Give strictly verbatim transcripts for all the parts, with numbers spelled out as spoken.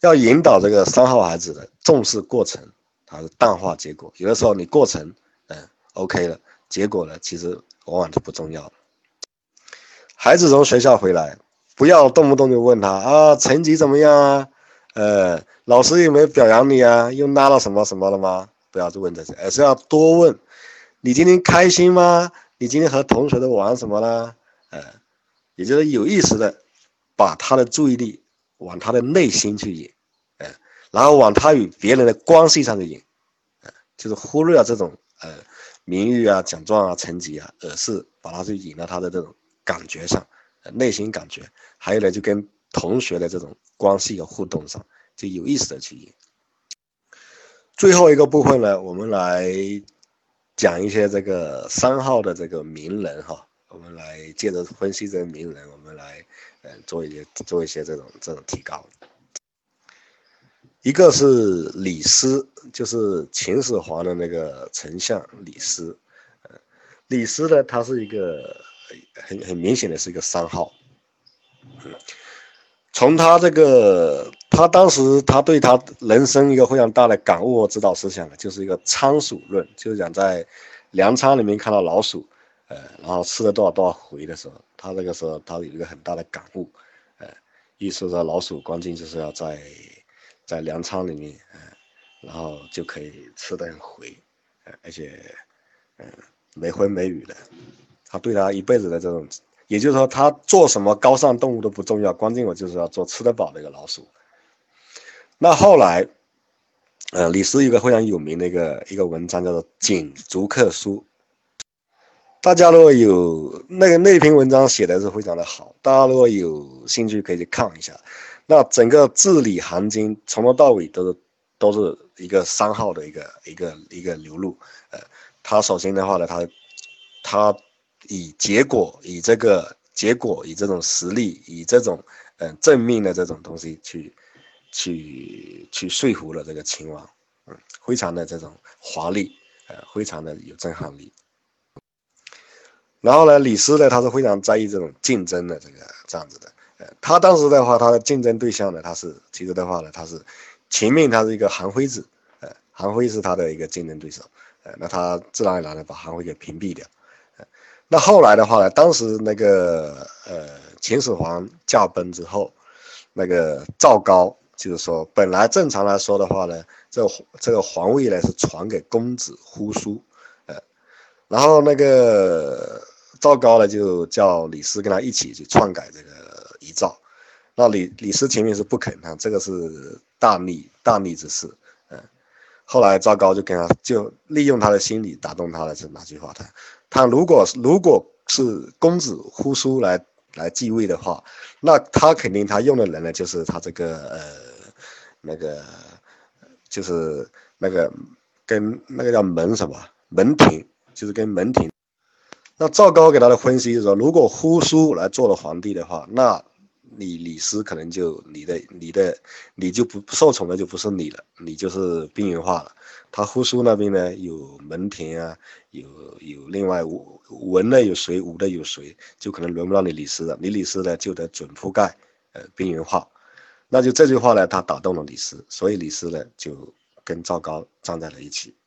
要引导这个三号孩子的重视过程，它是淡化结果。有的时候你过程嗯 OK 了，结果呢其实往往就不重要了。孩子从学校回来，不要动不动就问他啊成绩怎么样啊，呃老师有没有表扬你啊，又拿了什么什么了吗？不要就问这些，而是要多问你今天开心吗？你今天和同学都玩什么啦？呃，也就是有意识的把他的注意力往他的内心去引，呃，然后往他与别人的关系上去引，呃，就是忽略了这种呃名誉啊、奖状啊、成绩啊，而是把他去引到他的这种感觉上，呃、内心感觉，还有呢就跟同学的这种关系和互动上，就有意识的去引。最后一个部分呢，我们来讲一些这个三号的这个名人哈，我们来借着分析这个名人，我们来呃做一些做一些这种这种提高。一个是李斯，就是秦始皇的那个丞相李斯。呃，李斯呢，他是一个很很明显的是一个三号。嗯，从他这个，他当时他对他人生一个非常大的感悟和指导思想呢，就是一个仓鼠论，就是讲在粮仓里面看到老鼠，呃，然后吃了多少多少回的时候，他这个时候他有一个很大的感悟，呃，意思说老鼠关键就是要在在粮仓里面，呃，然后就可以吃得很回，呃，而且，嗯、呃，没荤没语的，他对他一辈子的这种。也就是说，他做什么高尚动物都不重要，关键我就是要做吃得饱的一个老鼠。那后来，呃，李斯一个非常有名的一个一个文章叫做《锦逐客书》，大家如果有那个那篇文章写的是非常的好，大家如果有兴趣可以去看一下。那整个字里行间从头到尾都是都是一个三号的一个一个一个流露。呃，他首先的话呢，他他以结果，以这个结果，以这种实力，以这种嗯、呃、正面的这种东西去去去说服了这个秦王，嗯，非常的这种华丽，呃，非常的有震撼力。然后呢，李斯呢，他是非常在意这种竞争的这个这样子的。呃，他当时的话，他的竞争对象呢，他是其实的话呢，他是前面他是一个韩非子，呃，韩非是他的一个竞争对手，呃，那他自然而然的把韩非给屏蔽掉。呃，那后来的话呢，当时那个呃秦始皇驾崩之后，那个赵高就是说，本来正常来说的话呢，这这个皇位呢是传给公子忽叔，呃，然后那个赵高呢就叫李斯跟他一起去篡改这个遗诏，那李李斯前面是不肯的，这个是大逆大逆之事，嗯，后来赵高就跟他就利用他的心理打动他的是哪句话？他他如果如果是公子忽叔来来继位的话，那他肯定他用的人呢就是他这个呃那个就是那个跟那个叫门什么门庭，就是跟门庭。那赵高给他的分析是说，如果忽叔来做了皇帝的话，那你李斯可能就你的你的你就不受宠的就不是你了，你就是边缘化了。他忽叔那边呢有门庭啊，有有另外文的有谁，武的有谁，就可能轮不到你李斯了。你李斯呢就得准覆盖，呃边缘化。那就这句话呢，他打动了李斯，所以李斯呢就跟赵高站在了一起。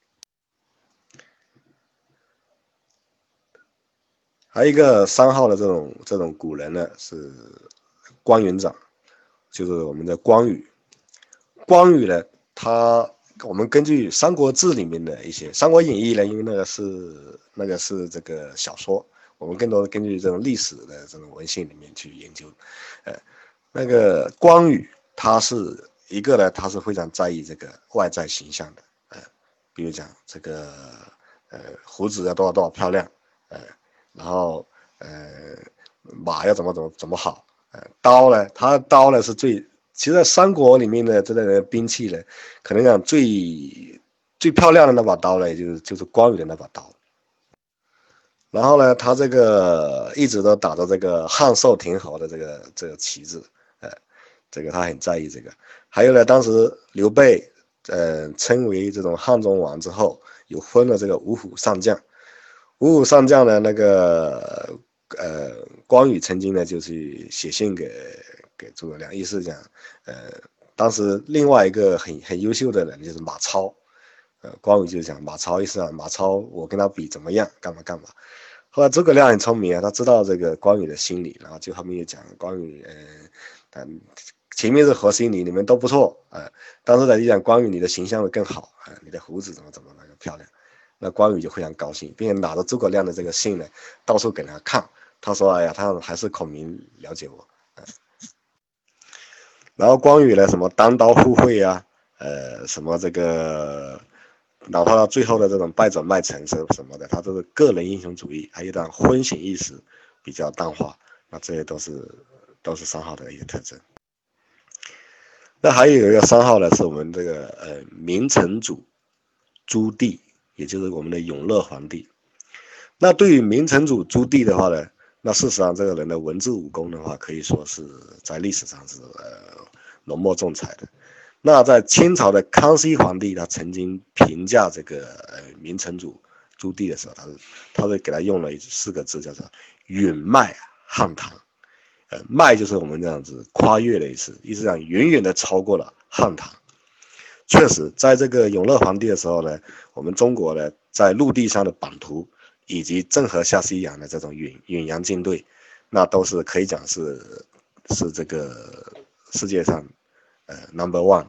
还有一个三号的这种这种古人呢是关云长，就是我们的关羽。关羽呢，他我们根据《三国志》里面的一些，《三国演义》呢，因为那个是那个是这个小说，我们更多的根据这种历史的这种文献里面去研究。呃，那个关羽他是一个呢，他是非常在意这个外在形象的，呃，比如讲这个呃胡子要多少多少漂亮，呃。然后呃马要怎么怎么怎么好，呃刀呢，他刀呢是最，其实在三国里面的这个兵器呢，可能讲最最漂亮的那把刀呢，就是就是关羽的那把刀。然后呢，他这个一直都打着这个汉寿亭侯的这个这个旗帜，呃，这个他很在意这个。还有呢，当时刘备呃称为这种汉中王之后，有封了这个五虎上将。五虎上将的那个呃，关羽曾经呢就去写信给给诸葛亮，意思讲，呃， 当时另外一个很很优秀的人就是马超，呃，关羽就讲马超意思啊，马超我跟他比怎么样，干嘛干嘛。后来诸葛亮很聪明啊，他知道这个关羽的心理，然后就后面也讲关羽，呃，嗯，前面是核心里你们都不错，呃，但是呢，你讲关羽你的形象会更好，啊、呃，你的胡子怎么怎么那个漂亮，那关羽就非常高兴，并且拿着诸葛亮的这个信呢，到处给他看，他说，哎呀，他还是孔明了解我，呃、然后关羽呢，什么单刀赴会啊，呃，什么这个。哪怕到最后的这种败者卖城是什么的，他都是个人英雄主义，还有点昏醒意识比较淡化，那这些都是都是三号的一个特征。那还有一个三号呢，是我们这个呃明成祖朱棣，也就是我们的永乐皇帝。那对于明成祖朱棣的话呢，那事实上这个人的文治武功的话，可以说是在历史上是呃浓墨重彩的。那在清朝的康熙皇帝，他曾经评价这个呃明成祖朱棣的时候，他是他是给他用了四个字，叫做远迈汉唐。呃，迈就是我们这样子跨越的意思，意思上远远的超过了汉唐。确实，在这个永乐皇帝的时候呢，我们中国呢在陆地上的版图以及郑和下西洋的这种远远洋舰队，那都是可以讲是是这个世界上。呃 ，number one 的，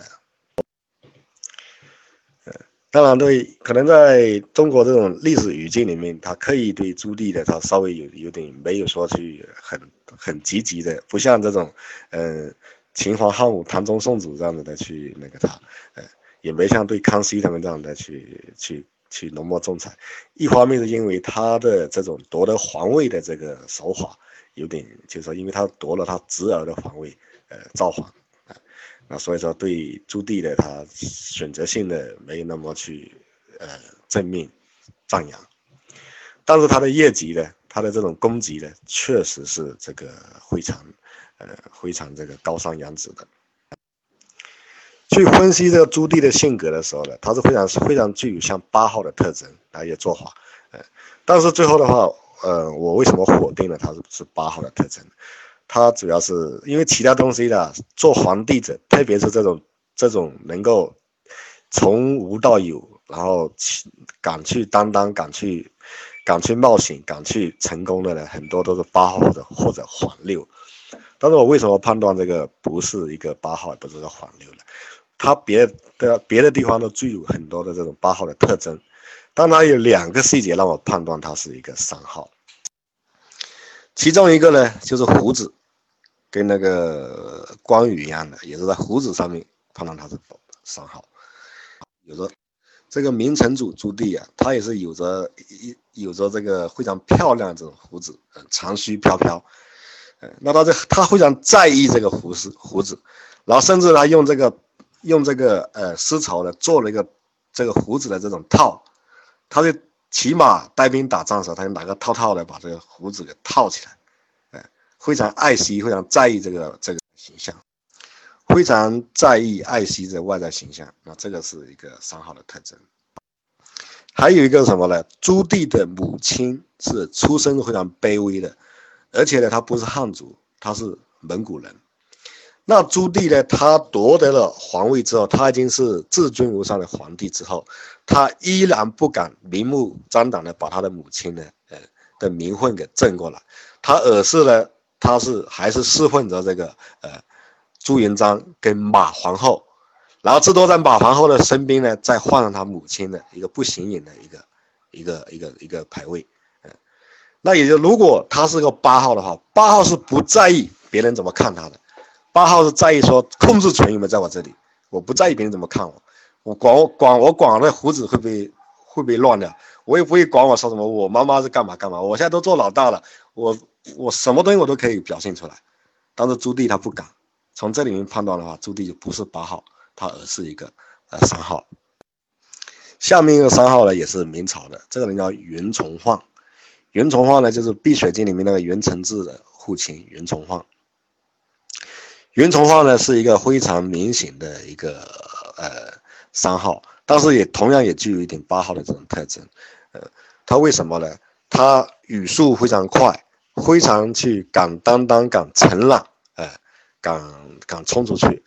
呃，当然对，可能在中国这种历史语境里面，他刻意对朱棣的他稍微有有点没有说去很很积极的，不像这种，呃，秦皇汉武、唐宗宋祖这样子的去那个他，呃，也没像对康熙他们这样的去去去浓墨重彩。一方面是因为他的这种夺得皇位的这个手法有点，就是说，因为他夺了他侄儿的皇位，呃，赵皇。那所以说，对朱棣的他选择性的没有那么去呃正面赞扬，但是他的业绩呢，他的这种功绩呢，确实是这个非常呃非常这个高山仰止的。去分析这个朱棣的性格的时候呢，他是非常非常具有像八号的特征，他也做法，呃，但是最后的话，呃，我为什么否定了他是是八号的特征？他主要是因为其他东西的做皇帝者，特别是这种这种能够从无到有，然后敢去担当、敢去敢去冒险、敢去成功的呢，很多都是八号或者或者缓六。但是我为什么判断这个不是一个八号，不是个缓六呢？他别的别的地方都具有很多的这种八号的特征，但他有两个细节让我判断他是一个三号。其中一个呢，就是胡子，跟那个关羽一样的，也是在胡子上面判断他是三号。有着这个明成祖朱棣啊，他也是有着有着这个非常漂亮的这种胡子，呃、长须飘飘。呃，那他这他非常在意这个胡子胡子，然后甚至他用这个用这个呃丝绸呢做了一个这个胡子的这种套，他就骑马带兵打仗的时候，他就拿个套套的把这个胡子给套起来，呃，非常爱惜，非常在意这个这个形象，非常在意爱惜这外在形象。那这个是一个三号的特征。还有一个什么呢？朱棣的母亲是出身非常卑微的，而且呢，他不是汉族，他是蒙古人。那朱棣呢，他夺得了皇位之后，他已经是至尊无上的皇帝之后，他依然不敢明目张胆的把他的母亲呢，呃的名分给正过来。他而是呢，他是还是侍奉着这个呃朱元璋跟马皇后，然后至多在马皇后的身边呢，再换上他母亲的一个不显眼的一个一个一个一个牌位。呃、那也就如果他是个八号的话，八号是不在意别人怎么看他的。八号是在意说控制权有没有在我这里，我不在意别人怎么看我，我管我管我管那胡子会不会会不会乱掉，我也不会管我说什么我妈妈是干嘛干嘛，我现在都做老大了，我我什么东西我都可以表现出来。但是朱棣他不敢，从这里面判断的话，朱棣就不是八号，他而是一个呃三号。下面一个三号呢，也是明朝的，这个人叫袁崇焕。袁崇焕呢，就是《碧血经》里面那个袁承志的父亲袁崇焕。袁崇焕呢是一个非常明显的一个呃三号，但是也同样也具有一点八号的这种特征。呃，他为什么呢？他语速非常快，非常去敢担当、敢承让，呃，敢敢冲出去。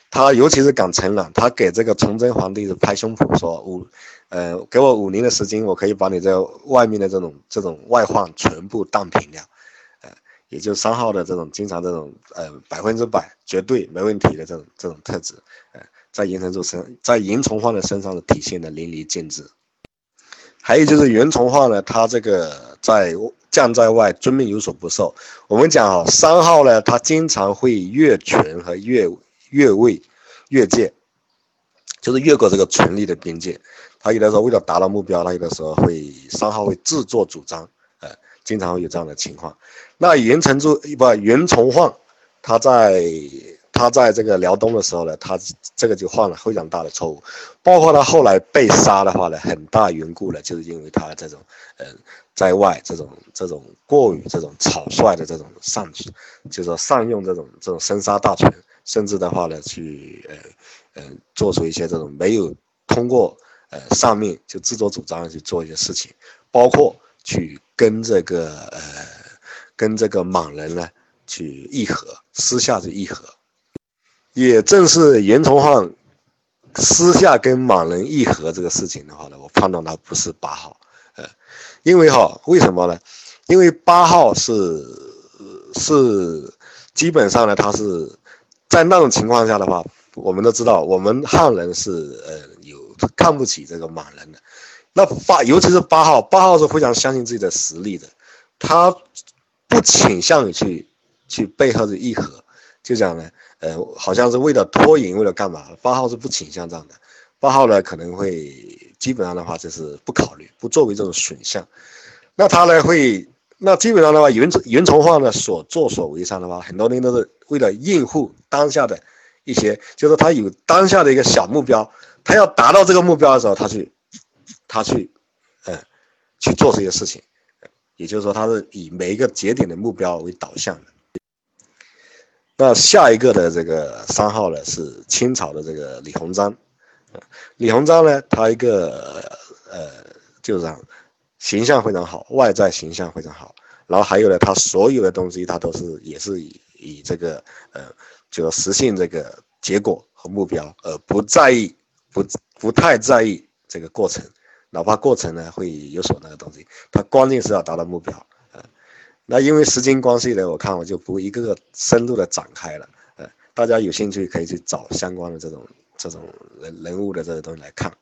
他尤其是敢承揽，他给这个崇祯皇帝是拍胸脯说五，呃，给我五年的时间，我可以把你这外面的这种这种外患全部荡平了，呃，也就三号的这种经常这种呃百分之百绝对没问题的这种这种特质，呃，在严承柱身在严崇焕的身上是体现的淋漓尽致。还有就是袁崇焕呢，他这个在将在外，遵命有所不受。我们讲啊，三号呢，他经常会越权和越越位、越界，就是越过这个权力的边界。他有的时候为了达到目标，他有的时候会三号会自作主张，呃，经常会有这样的情况。那袁承柱不袁崇焕，他在他在这个辽东的时候呢，他这个就犯了非常大的错误，包括他后来被杀的话呢，很大缘故呢，就是因为他这种，呃，在外这种这种过于这种草率的这种上，就是说善用这种这种生杀大权，甚至的话呢，去呃呃做出一些这种没有通过呃上面就自作主张去做一些事情，包括去跟这个呃跟这个满人呢去议和，私下去议和。也正是袁崇焕私下跟满人议和这个事情的话呢，我判断他不是八号，呃，因为哈，为什么呢？因为八号是是基本上呢，他是在那种情况下的话，我们都知道，我们汉人是呃有看不起这个满人的，那八尤其是八号，八号是非常相信自己的实力的，他不倾向于去去背后的议和。就讲呢，呃，好像是为了拖赢，为了干嘛？八号是不倾向这样的，八号呢可能会基本上的话就是不考虑，不作为这种选项。那他呢会，那基本上的话，袁袁崇焕呢所作所为上的话，很多人都是为了应付当下的一些，就是他有当下的一个小目标，他要达到这个目标的时候，他去他去，呃，去做这些事情，也就是说，他是以每一个节点的目标为导向的。那下一个的这个三号呢是清朝的这个李鸿章，李鸿章呢，他一个呃就是这样，形象非常好，外在形象非常好，然后还有呢，他所有的东西他都是也是以以这个呃就实现这个结果和目标，而不在意不不太在意这个过程，哪怕过程呢会有所那个东西，他关键是要达到目标。那因为时间关系呢，我看我就不会一个个深入的展开了，呃，大家有兴趣可以去找相关的这种这种人人物的这个东西来看。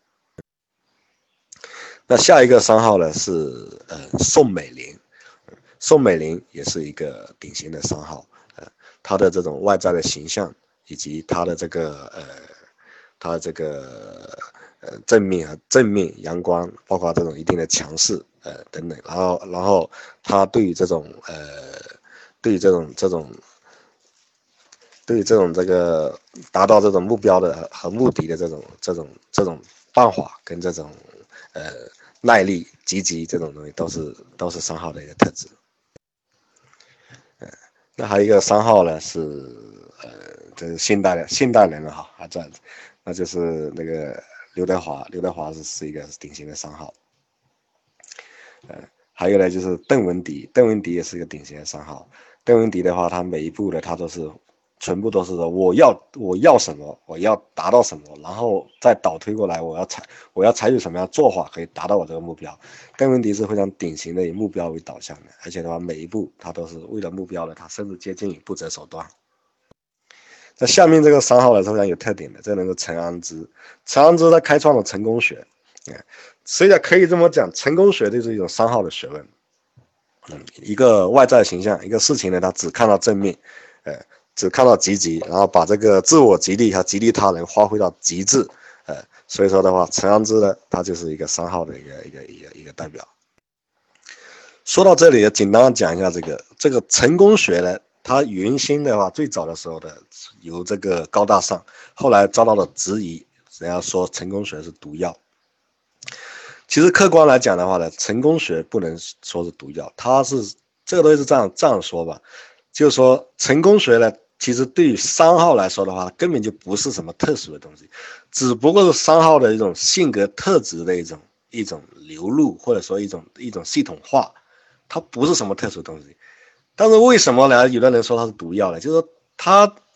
那下一个三号呢是呃宋美龄，宋美龄也是一个典型的三号，呃，她的这种外在的形象以及她的这个呃她这个呃正面和正面阳光，包括这种一定的强势。呃，等等，然后，然后他对于这种呃，对于这种这种，对于这种这个达到这种目标的和目的的这种这种这种办法跟这种呃耐力、积极这种东西，都是都是三号的一个特质。呃，那还有一个三号呢是呃，这是现代的现代人了哈，啊这样子，那就是那个刘德华，刘德华是是一个典型的三号。呃，还有呢，就是邓文迪，邓文迪也是一个典型的三号。邓文迪的话，他每一步的他都是，全部都是说我要我要什么，我要达到什么，然后再倒推过来，我要采我要采取什么样的做法可以达到我这个目标。邓文迪是非常典型的以目标为导向的，而且的话，每一步他都是为了目标的，他甚至接近于不择手段。那下面这个三号呢是非常有特点的，这个人是陈安之，陈安之他开创了成功学。所以可以这么讲，成功学就是一种三号的学问。嗯，一个外在形象，一个事情呢，他只看到正面，呃，只看到积极，然后把这个自我激励和激励他人发挥到极致，呃，所以说的话，陈安之呢，他就是一个三号的一个一个一个一个代表。说到这里，简单讲一下这个这个成功学呢，它原先的话，最早的时候的由这个高大上，后来遭到了质疑，人家说成功学是毒药。其实客观来讲的话呢，成功学不能说是毒药，它是这个东西是这样这样说吧，就是说成功学呢，其实对于三号来说的话，根本就不是什么特殊的东西，只不过是三号的一种性格特质的一种一种流露，或者说一种一种系统化，它不是什么特殊的东西。但是为什么呢？有的人说它是毒药呢？就是说它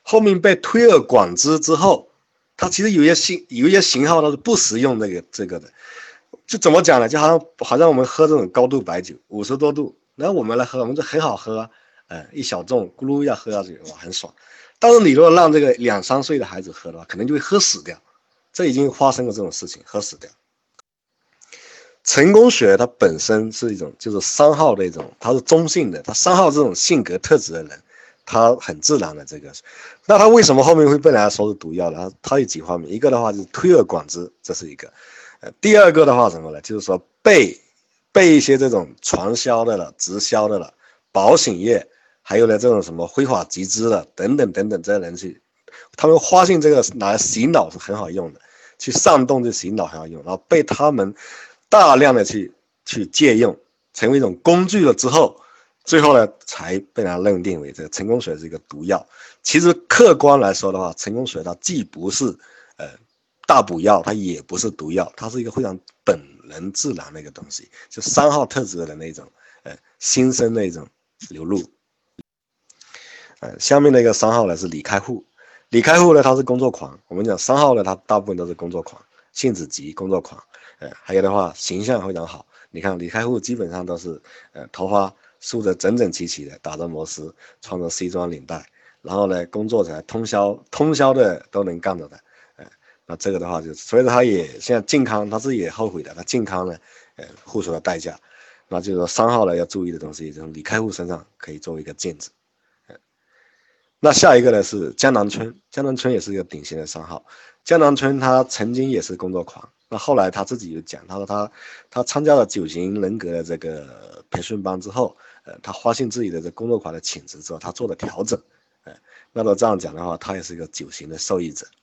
后面被推而广之之后，它其实有一些型有一些型号它是不食用这个这个的，就怎么讲呢？就好像好像我们喝这种高度白酒，五十多度，然后我们来喝，我们这很好喝啊，呃，一小盅咕噜一下喝下去，哇，很爽。但是你如果让这个两三岁的孩子喝的话，可能就会喝死掉，这已经发生过这种事情，喝死掉。成功学它本身是一种就是三号的一种，它是中性的，它三号这种性格特质的人，他很自然的这个，那他为什么后面会被人家说是毒药呢？他有几方面，一个的话就是推而广之，这是一个，呃，第二个的话什么呢？就是说被被一些这种传销的了、直销的了、保险业，还有呢这种什么非法集资的等等等等这些人去，他们发现这个拿来洗脑是很好用的，去煽动这洗脑很好用，然后被他们大量的去去借用，成为一种工具了之后，最后呢才被人家认定为这个成功学是一个毒药。其实客观来说的话，成功学它既不是呃大补药，它也不是毒药，它是一个非常本能自然的一个东西，就三号特质的那种呃新生的一种流露。呃，下面那个三号呢是李开复，李开复呢他是工作狂，我们讲三号呢他大部分都是工作狂，性子急，工作狂。呃，还有的话形象非常好，你看李开复基本上都是呃头发梳得整整齐齐的，打着摩丝，穿着西装领带，然后呢工作起来通宵通宵的都能干着的。呃，那这个的话就所以说他也现在健康他自己也后悔的，他健康呢呃付出了代价，那就是说三号呢要注意的东西，从李开复身上可以作为一个镜子。那下一个呢是江南春，江南春也是一个典型的三号。江南春他曾经也是工作狂，那后来他自己有讲，他说他他参加了九型人格的这个培训班之后，呃，他发现自己的这工作狂的潜质之后，他做了调整，呃，那么这样讲的话，他也是一个九型的受益者。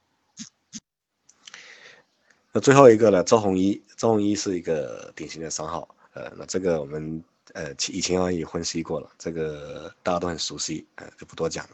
那最后一个呢，周鸿祎，周鸿祎是一个典型的三号，呃，那这个我们呃以前也分析过了，这个大家都很熟悉，呃，就不多讲了。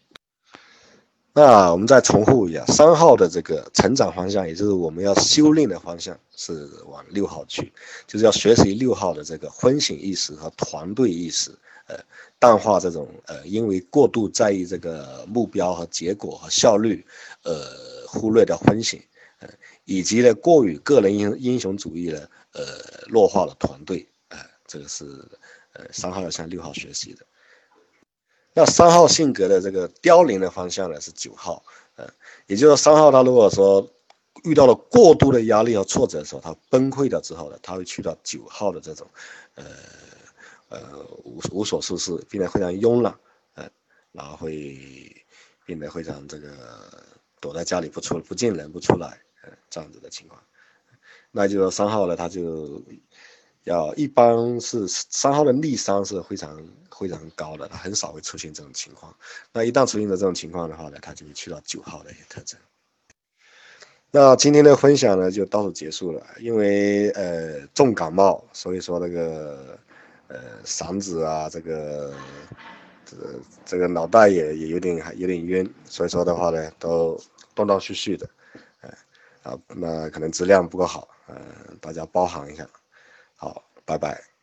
那我们再重复一下，三号的这个成长方向，也就是我们要修炼的方向是往六号去，就是要学习六号的这个风险意识和团队意识，呃，淡化这种呃因为过度在意这个目标和结果和效率，呃，忽略掉风险，呃，以及呢过于个人英英雄主义的呃弱化了团队，呃，这个是呃三号要向六号学习的。那三号性格的这个凋零的方向呢是九号，呃，也就是说三号他如果说遇到了过度的压力和挫折的时候，他崩溃了之后呢，他会去到九号的这种，呃呃无无所事事，变得非常慵懒，呃，然后会变得非常这个躲在家里不出不见人不出来，呃，这样子的情况。那就是说三号呢，他就要一般是三号的逆商是非常非常高的，他很少会出现这种情况。那一旦出现了这种情况的话呢，他就会去到九号的一些特征。那今天的分享呢就到此结束了，因为呃重感冒，所以说那个呃嗓子啊，这个这个这个脑袋也也有点有点晕，所以说的话呢都断断续续的，呃啊那可能质量不够好，呃大家包涵一下。好，拜拜。